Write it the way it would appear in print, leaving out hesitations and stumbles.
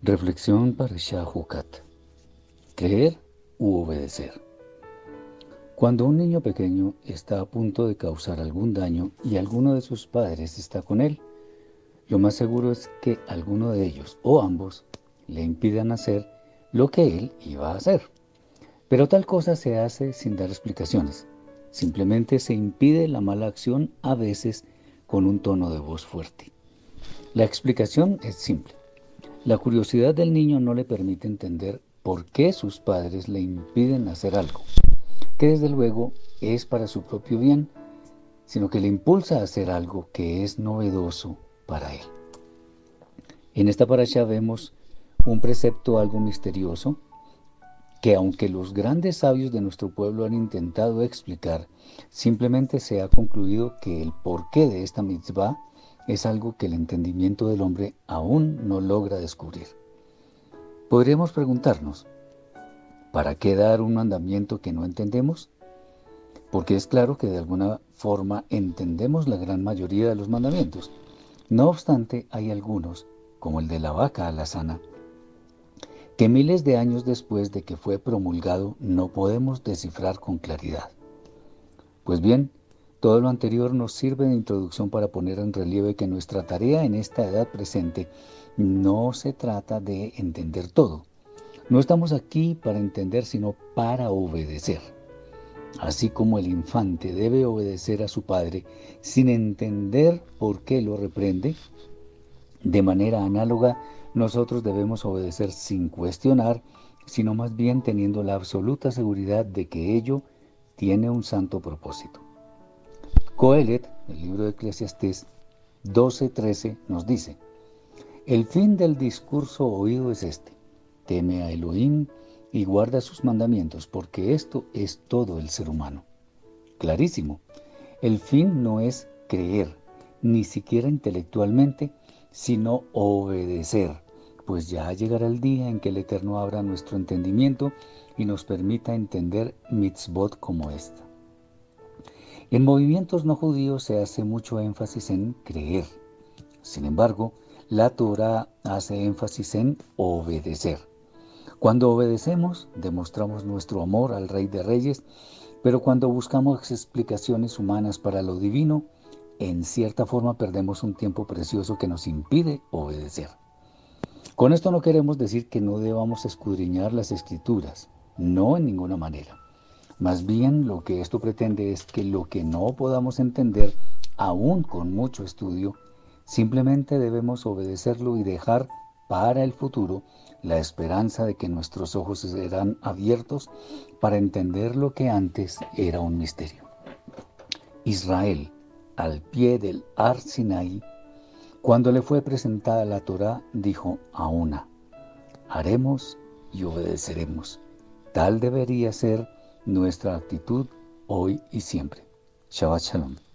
Reflexión para Shahukat. Creer u obedecer. Cuando un niño pequeño está a punto de causar algún daño y alguno de sus padres está con él, lo más seguro es que alguno de ellos o ambos le impidan hacer lo que él iba a hacer. Pero tal cosa se hace sin dar explicaciones. Simplemente se impide la mala acción, a veces con un tono de voz fuerte. La explicación es simple. La curiosidad del niño no le permite entender por qué sus padres le impiden hacer algo, que desde luego es para su propio bien, sino que le impulsa a hacer algo que es novedoso para él. En esta parasha vemos un precepto algo misterioso que, aunque los grandes sabios de nuestro pueblo han intentado explicar, simplemente se ha concluido que el porqué de esta mitzvah es algo que el entendimiento del hombre aún no logra descubrir. Podríamos preguntarnos, ¿para qué dar un mandamiento que no entendemos? Porque es claro que de alguna forma entendemos la gran mayoría de los mandamientos. No obstante, hay algunos, como el de la vaca alazana, que miles de años después de que fue promulgado no podemos descifrar con claridad. Pues bien, todo lo anterior nos sirve de introducción para poner en relieve que nuestra tarea en esta edad presente no se trata de entender todo. No estamos aquí para entender, sino para obedecer. Así como el infante debe obedecer a su padre sin entender por qué lo reprende, de manera análoga, nosotros debemos obedecer sin cuestionar, sino más bien teniendo la absoluta seguridad de que ello tiene un santo propósito. Coelet, el libro de Eclesiastés 12:13, nos dice: el fin del discurso oído es este: teme a Elohim y guarda sus mandamientos, porque esto es todo el ser humano. Clarísimo, el fin no es creer, ni siquiera intelectualmente, sino obedecer, pues ya llegará el día en que el Eterno abra nuestro entendimiento y nos permita entender mitzvot como esta. En movimientos no judíos se hace mucho énfasis en creer. Sin embargo, la Torah hace énfasis en obedecer. Cuando obedecemos, demostramos nuestro amor al Rey de Reyes, pero cuando buscamos explicaciones humanas para lo divino, en cierta forma perdemos un tiempo precioso que nos impide obedecer. Con esto no queremos decir que no debamos escudriñar las Escrituras, no en ninguna manera. Más bien lo que esto pretende es que lo que no podamos entender, aún con mucho estudio, simplemente debemos obedecerlo y dejar para el futuro la esperanza de que nuestros ojos serán abiertos para entender lo que antes era un misterio. Israel, al pie del Har Sinai, cuando le fue presentada la Torá, dijo a una: haremos y obedeceremos. Tal debería ser nuestra actitud hoy y siempre. Shabbat Shalom.